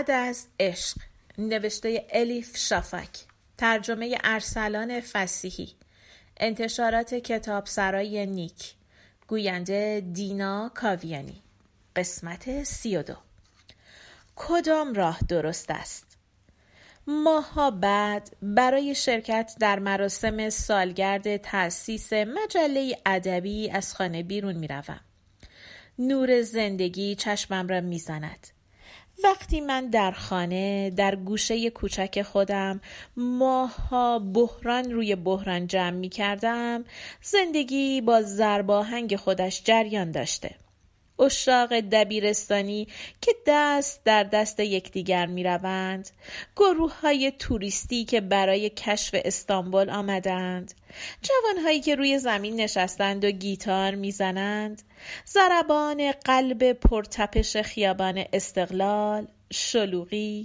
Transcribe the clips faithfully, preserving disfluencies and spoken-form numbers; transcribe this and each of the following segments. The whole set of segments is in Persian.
بعد از عشق، نوشته الیف شافاک، ترجمه ارسلان فصیحی، انتشارات کتابسرای نیک، گوینده دینا کاویانی. قسمت سی و دو. کدام راه درست است؟ ماه‌ها بعد برای شرکت در مراسم سالگرد تأسیس مجله ادبی از خانه بیرون می‌روم. نور زندگی چشمم را می‌زند. وقتی من در خانه در گوشه کوچک خودم ماه‌ها بحران روی بحران جمع می کردم، زندگی با ضرباهنگ خودش جریان داشته. عشاق دبیرستانی که دست در دست یکدیگر می روند، گروه های توریستی که برای کشف استانبول آمدند، جوانهایی که روی زمین نشستند و گیتار می زنند، ضربان قلب پرتپش خیابان استقلال، شلوغی.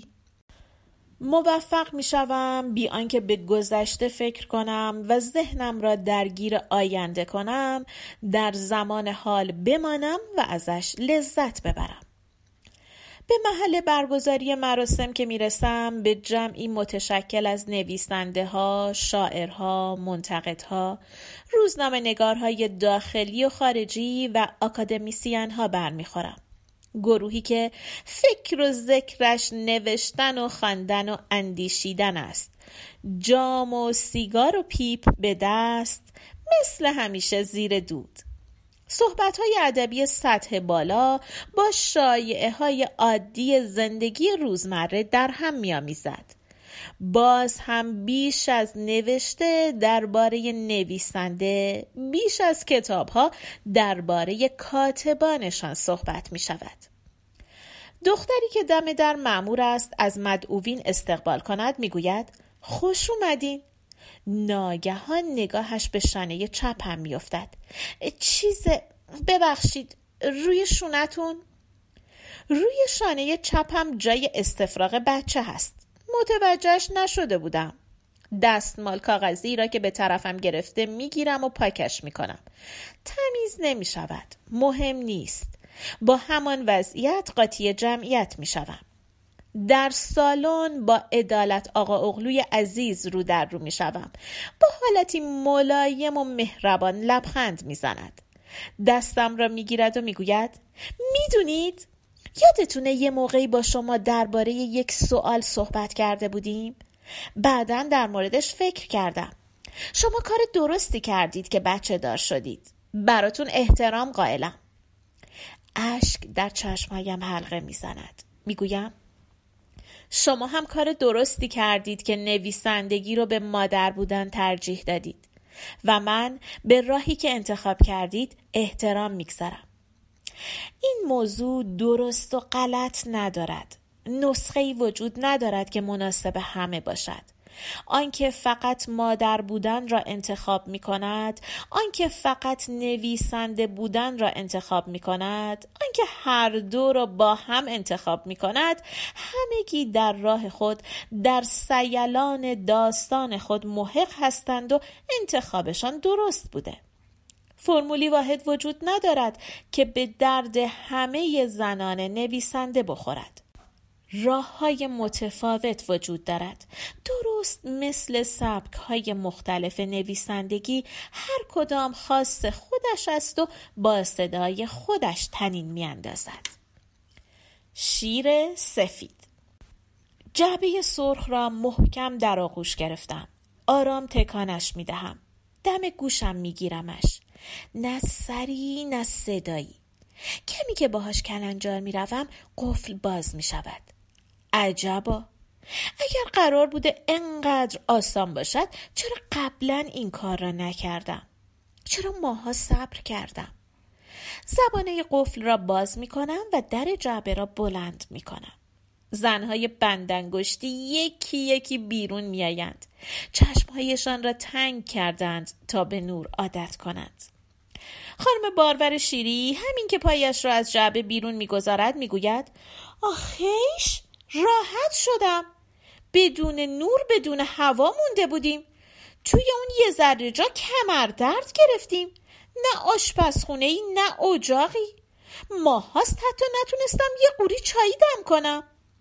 موفق می شوم بی آنکه به گذشته فکر کنم و ذهنم را درگیر آینده کنم، در زمان حال بمانم و ازش لذت ببرم. به محل برگزاری مراسم که می رسم، به جمعی متشکل از نویسنده ها، شاعرها، منتقدها، روزنامه نگارهای داخلی و خارجی و اکادمیسین ها برمی خورم. گروهی که فکر و ذکرش نوشتن و خواندن و اندیشیدن است، جام و سیگار و پیپ به دست، مثل همیشه زیر دود. صحبت‌های ادبی سطح بالا با شایعه‌های عادی زندگی روزمره در هم می‌آمیزد. باز هم بیش از نوشته درباره نویسنده، بیش از کتاب‌ها درباره کاتبانشان صحبت می‌شود. دختری که دم در مأمور است از مدعوین استقبال کند میگوید خوش اومدین. ناگهان نگاهش به شانه چپم میافتد. چیز ببخشید روی شونتون؟ روی شانه چپم جای استفراغ بچه هست. متوجهش نشده بودم. دستمال کاغذی را که به طرفم گرفته میگیرم و پاکش میکنم. تمیز نمیشود. مهم نیست. با همان وضعیت قاطی جمعیت میشوم. در سالن با عدالت آقا اغلوی عزیز رو در رو میشوم. با حالتی ملایم و مهربان لبخند میزند. دستم را میگیرد و میگوید میدونید یادتونه یه موقعی با شما درباره یک سوال صحبت کرده بودیم؟ بعداً در موردش فکر کردم. شما کار درستی کردید که بچه دار شدید. براتون احترام قائلم. اشک در چشمهایم حلقه میزند. میگویم شما هم کار درستی کردید که نویسندگی رو به مادر بودن ترجیح دادید و من به راهی که انتخاب کردید احترام میگذارم. این موضوع درست و غلط ندارد. نسخه‌ای وجود ندارد که مناسب همه باشد. آنکه فقط مادر بودن را انتخاب می کند، آنکه فقط نویسنده بودن را انتخاب می کند، آنکه هر دو را با هم انتخاب می کند، همگی در راه خود در سیلان داستان خود محق هستند و انتخابشان درست بوده. فرمولی واحد وجود ندارد که به درد همه زنان نویسنده بخورد. راه‌های متفاوت وجود دارد. درست مثل سبک‌های مختلف نویسندگی هر کدام خاص خودش است و با صدای خودش طنین می‌اندازد. شیر سفید. جعبه سرخ را محکم در آغوش گرفتم. آرام تکانش می‌دهم. دم گوشم می‌گیرمش. نه سری نه صدایی. کمی که باهاش کلنجار می‌روم قفل باز می‌شود. عجبا، اگر قرار بوده انقدر آسان باشد چرا قبلا این کار را نکردم؟ چرا ماها صبر کردم؟ زبانه قفل را باز می کنم و در جعبه را بلند می کنم. زنهای بندانگشتی یکی یکی بیرون می آیند. چشمهایشان را تنگ کردند تا به نور عادت کنند. خانم بارور شیری همین که پایش را از جعبه بیرون می گذارد می گوید آخیش راحت شدم. بدون نور بدون هوا مونده بودیم. توی اون یه ذره جا کمر درد گرفتیم. نه آشپزخونه‌ای نه اجاقی. ماهاست حتی نتونستم یه قوری چایی دم کنم.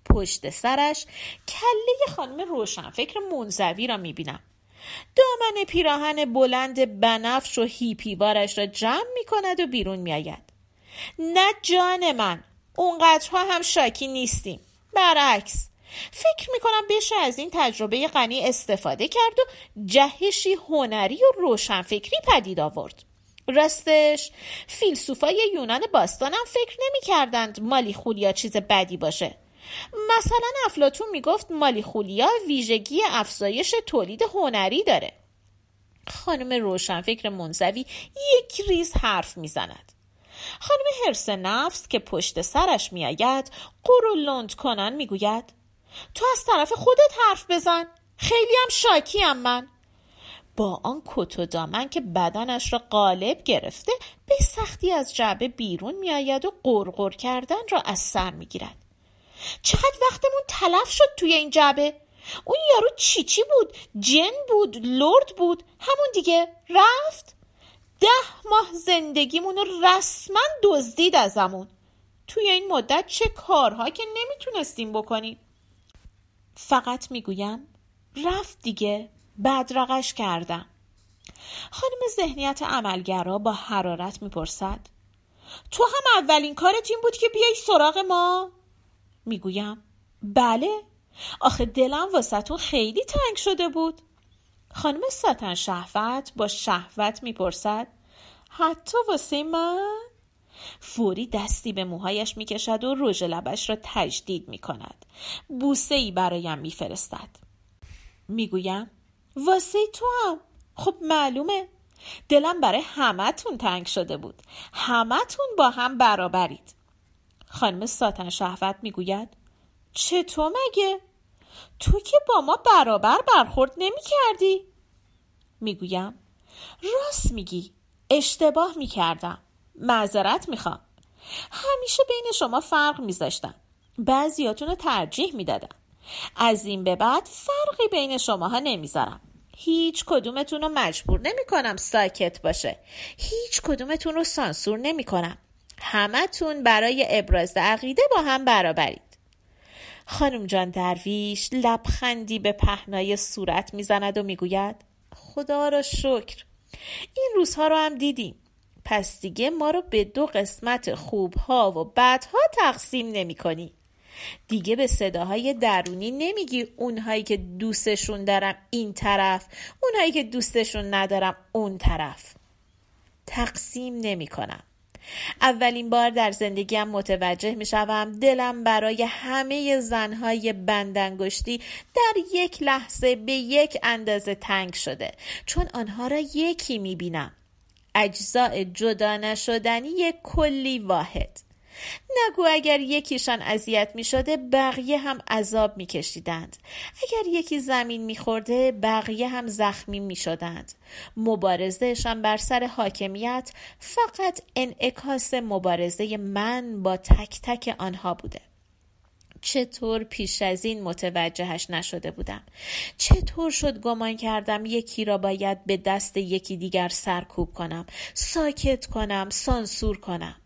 پشت سرش کله خانم روشنفکر منزوی را میبینم. دامن پیراهن بلند بنفش و هیپیوارش را جمع میکند و بیرون میآید. نه جان من، اونقدرها هم شاکی نیستیم. برعکس، فکر میکنم بشه از این تجربه غنی استفاده کرد و جهشی هنری و روشنفکری پدید آورد. راستش فیلسوفای یونان باستان هم فکر نمی کردند مالیخولیا چیز بدی باشه. مثلا افلاطون میگفت مالیخولیا ویژگی افزایش تولید هنری داره. خانم روشنفکر منزوی یک ریز حرف میزند. خانم حرص نفس که پشت سرش میآید قر و لند کنان میگوید تو از طرف خودت حرف بزن، خیلی هم شاکیم من. با آن کت و دامن که بدنش را قالب گرفته به سختی از جعبه بیرون میآید و قرقر کردن را از سر میگیرد. چقدر وقتمون تلف شد توی این جعبه. اون یارو چی چی بود؟ جن بود؟ لرد بود؟ همون دیگه رفت. ده ماه زندگیمون رو رسما دزدید ازمون. توی این مدت چه کارها که نمیتونستیم بکنیم. فقط میگویم رفت دیگه، بدرقش کردم. خانم ذهنیت عملگرا با حرارت میپرسد تو هم اولین کارت این بود که بیای سراغ ما؟ میگویم بله، آخه دلم واسهتون خیلی تنگ شده بود. خانم ساتن شهوت با شهوت میپرسد حتی واسه من؟ فوری دستی به موهایش میکشد و رژ لبش را تجدید میکند. بوسه ای برایم میفرستد. میگویم واسه تو هم؟ خب معلومه، دلم برای همتون تنگ شده بود. همتون با هم برابرید. خانم ساتن شهوت میگوید چطور مگه؟ تو که با ما برابر برخورد نمی کردی؟ میگویم راست میگی، اشتباه میکردم، معذرت میخوام. همیشه بین شما فرق میذاشتم، بعضیاتون رو ترجیح میدادم. از این به بعد فرقی بین شماها نمیذارم. هیچ کدومتون رو مجبور نمی کنم ساکت باشه. هیچ کدومتون رو سانسور نمی کنم. همتون برای ابراز عقیده با هم برابرید. خانم جان درویش لبخندی به پهنای صورت میزند و میگوید خدا را شکر، این روزها رو هم دیدیم. پس دیگه ما رو به دو قسمت خوبها و بدها تقسیم نمی کنی. دیگه به صداهای درونی نمیگی اونهایی که دوستشون دارم این طرف، اونهایی که دوستشون ندارم اون طرف. تقسیم نمی کنم. اولین بار در زندگیم متوجه می شوم دلم برای همه زنهای بندانگشتی در یک لحظه به یک اندازه تنگ شده، چون آنها را یکی می بینم. اجزاء جدا نشدنی یک کلی واحد. نگو اگر یکیشان اذیت می شده بقیه هم عذاب می کشیدند. اگر یکی زمین می خورده بقیه هم زخمی می شدند. مبارزهشان بر سر حاکمیت فقط انعکاس مبارزه من با تک تک آنها بوده. چطور پیش از این متوجهش نشده بودم؟ چطور شد گمان کردم یکی را باید به دست یکی دیگر سرکوب کنم، ساکت کنم، سانسور کنم؟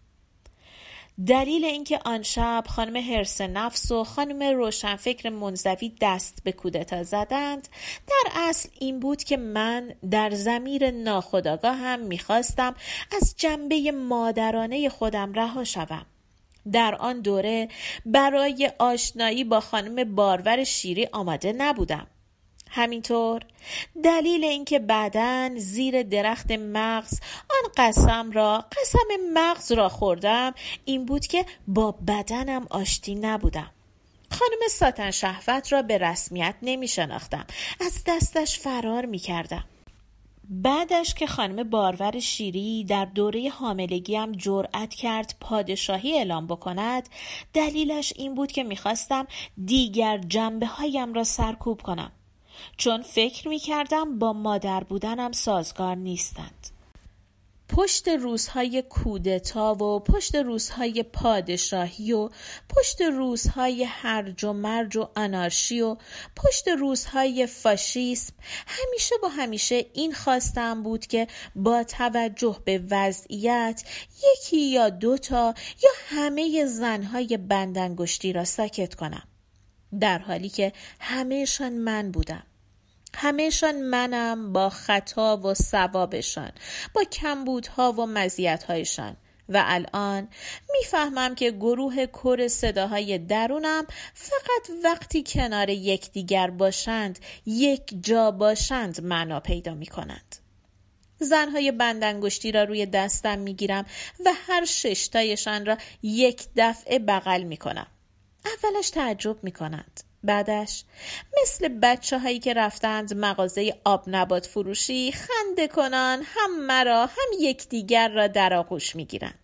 دلیل اینکه آن شب خانم حرص نفس و خانم روشنفکر منزوی دست به کودتا زدند در اصل این بود که من در ضمیر ناخودآگاه هم میخواستم از جنبه مادرانه خودم رها شوم. در آن دوره برای آشنایی با خانم بارور شیری آماده نبودم. همینطور دلیل اینکه بعداً زیر درخت مغز آن قسم را قسم مغز را خوردم این بود که با بدنم آشتی نبودم. خانم ساتن شهوت را به رسمیت نمی شناختم، از دستش فرار می کردم. بعدش که خانم بارور شیری در دوره حاملگیم جرأت کرد پادشاهی اعلام بکند، دلیلش این بود که میخواستم دیگر جنبه هایم را سرکوب کنم، چون فکر میکردم با مادر بودنم سازگار نیستند. پشت روزهای کودتا و پشت روزهای پادشاهی و پشت روزهای هرج و مرج و آنارشی و پشت روزهای فاشیسم همیشه با همیشه این خواستم بود که با توجه به وضعیت یکی یا دوتا یا همه زنهای بندانگشتی را ساکت کنم. در حالی که همه‌شان من بودم. همه‌شان منم، با خطا و صوابشان، با کمبودها و مزیت‌هایشان. و الان میفهمم که گروه کور صداهای درونم فقط وقتی کنار یکدیگر باشند، یک جا باشند، معنا پیدا می کنند. زنهای بندانگشتی را روی دستم می گیرم و هر ششتایشان را یک دفعه بغل می کنم. اولش تعجب می کنند. بعدش مثل بچه هایی که رفتند مغازه آب نبات فروشی خنده کنان هم مرا هم یکدیگر را در آغوش می گیرند.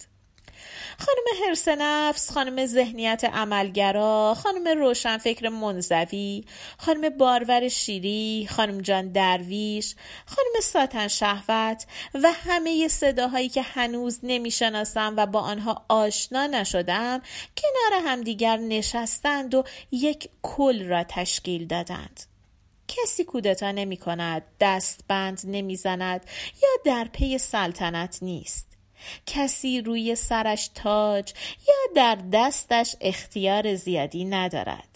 خانم حرص نفس، خانم ذهنیت عملگرا، خانم روشنفکر منزوی، خانم بارور شیری، خانم جان درویش، خانم ساتن شهوت و همه صداهایی که هنوز نمیشناسم و با آنها آشنا نشدم کنار همدیگر نشستند و یک کل را تشکیل دادند. کسی کودتا نمی کند، دستبند نمی زند یا در پی سلطنت نیست. کسی روی سرش تاج یا در دستش اختیار زیادی ندارد.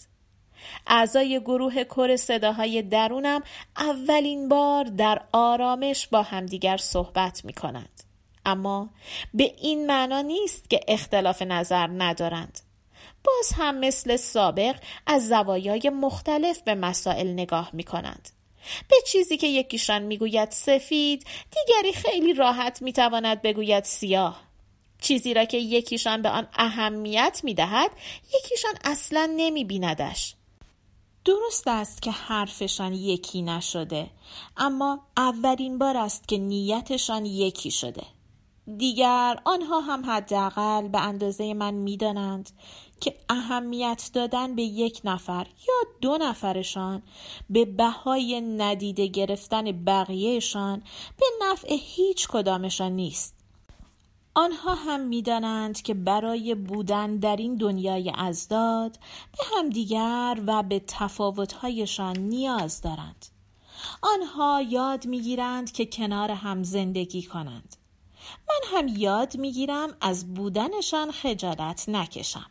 اعضای گروه کور صداهای درونم اولین بار در آرامش با همدیگر صحبت می کنند. اما به این معنا نیست که اختلاف نظر ندارند. باز هم مثل سابق از زوایای مختلف به مسائل نگاه می کنند. به چیزی که یکیشان میگوید سفید، دیگری خیلی راحت میتواند بگوید سیاه. چیزی را که یکیشان به آن اهمیت میدهد، یکیشان اصلا نمیبیندش. درست است که حرفشان یکی نشده، اما اولین بار است که نیتشان یکی شده. دیگر آنها هم حداقل به اندازه من میدانند که اهمیت دادن به یک نفر یا دو نفرشان به بهای ندیده گرفتن بقیهشان به نفع هیچ کدامشان نیست. آنها هم میدانند که برای بودن در این دنیای ازداد به همدیگر و به تفاوت‌هایشان نیاز دارند. آنها یاد میگیرند که کنار هم زندگی کنند. من هم یاد میگیرم از بودنشان خجالت نکشم.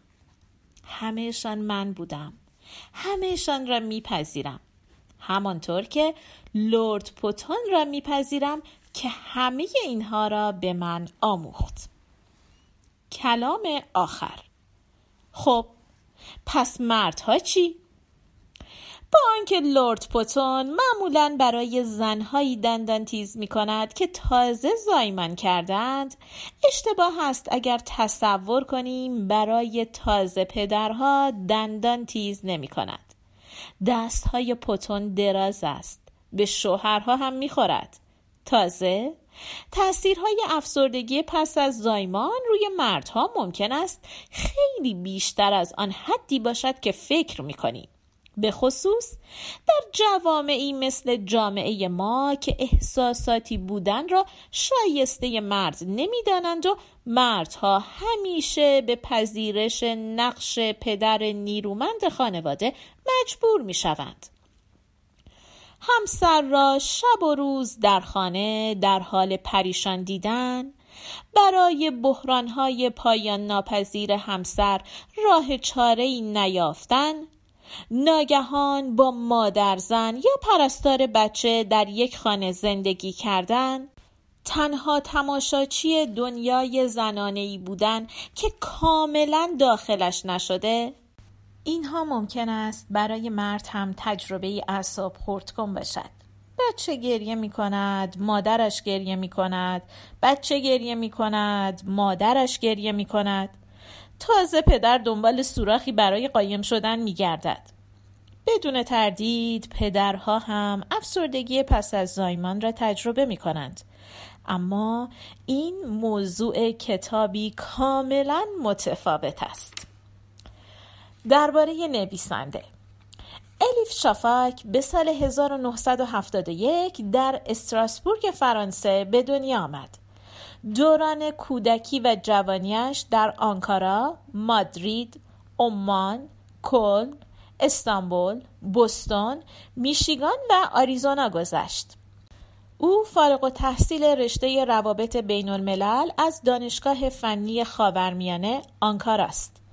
همه‌شان من بودم. همه‌شان را میپذیرم. همانطور که لرد پوتون را میپذیرم که همه اینها را به من آموخت. کلام آخر. خب پس مردها چی؟ با آنکه لرد پوتون معمولاً برای زنهایی دندان تیز می کند که تازه زایمان کردند، اشتباه است اگر تصور کنیم برای تازه پدرها دندان تیز نمی کند. دستهای پوتون دراز است، به شوهرها هم می خورد. تازه تأثیرهای افسردگی پس از زایمان روی مردها ممکن است خیلی بیشتر از آن حدی باشد که فکر می کنیم. به خصوص در جوامعی مثل جامعه ما که احساساتی بودن را شایسته مرد نمی‌دانند و مردها همیشه به پذیرش نقش پدر نیرومند خانواده مجبور می‌شوند. همسر را شب و روز در خانه در حال پریشان دیدن، برای بحران‌های پایان ناپذیر همسر راه چاره‌ای نیافتن، ناگهان با مادر زن یا پرستار بچه در یک خانه زندگی کردن، تنها تماشاچی دنیای زنانه‌ای بودن که کاملا داخلش نشده، اینها ممکن است برای مرد هم تجربه اعصاب خرد کن باشد. بچه گریه می کند، مادرش گریه می کند، بچه گریه می کند، مادرش گریه می کند. تازه پدر دنبال سوراخی برای قایم شدن می گردد. بدون تردید پدرها هم افسردگی پس از زایمان را تجربه می کنند. اما این موضوع کتابی کاملا متفاوت است. درباره نویسنده. الیف شافاک به سال هزار و نهصد و هفتاد و یک در استراسبورگ فرانسه به دنیا آمد. دوران کودکی و جوانیش در آنکارا، مادرید، عمان، کلن، استانبول، بوستون، میشیگان و آریزونا گذشت. او فارغ التحصیل رشته روابط بین الملل از دانشگاه فنی خاورمیانه آنکارا است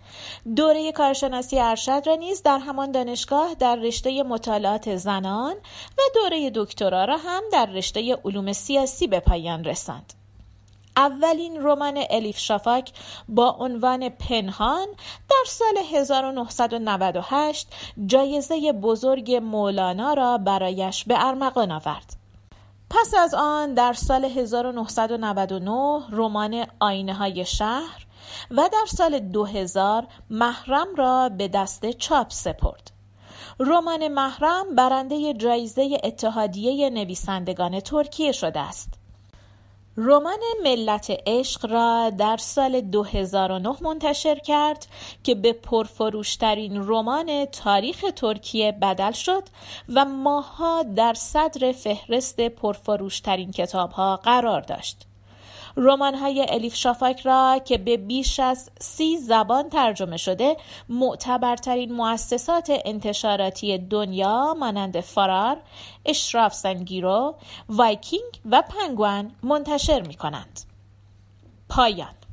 دوره کارشناسی ارشد را نیز در همان دانشگاه در رشته مطالعات زنان و دوره دکترا را هم در رشته علوم سیاسی به پایان رساند. اولین رمان الیف شافاک با عنوان پنهان در سال هزار و نهصد و نود و هشت جایزه بزرگ مولانا را برایش به ارمغان آورد. پس از آن در سال هزار و نهصد و نود و نه رمان آینه های شهر و در سال دو هزار محرم را به دست چاپ سپرد. رمان محرم برنده جایزه اتحادیه نویسندگان ترکیه شده است. رمان ملت عشق را در سال دو هزار و نه منتشر کرد که به پرفروشترین رمان تاریخ ترکیه بدل شد و ماه‌ها در صدر فهرست پرفروشترین کتاب‌ها قرار داشت. رمان‌های الیف شافاک را که به بیش از سی زبان ترجمه شده، معتبرترین مؤسسات انتشاراتی دنیا مانند فارار، اشراف سنگیرو، وایکینگ و پنگوئن منتشر می‌کنند. پایان.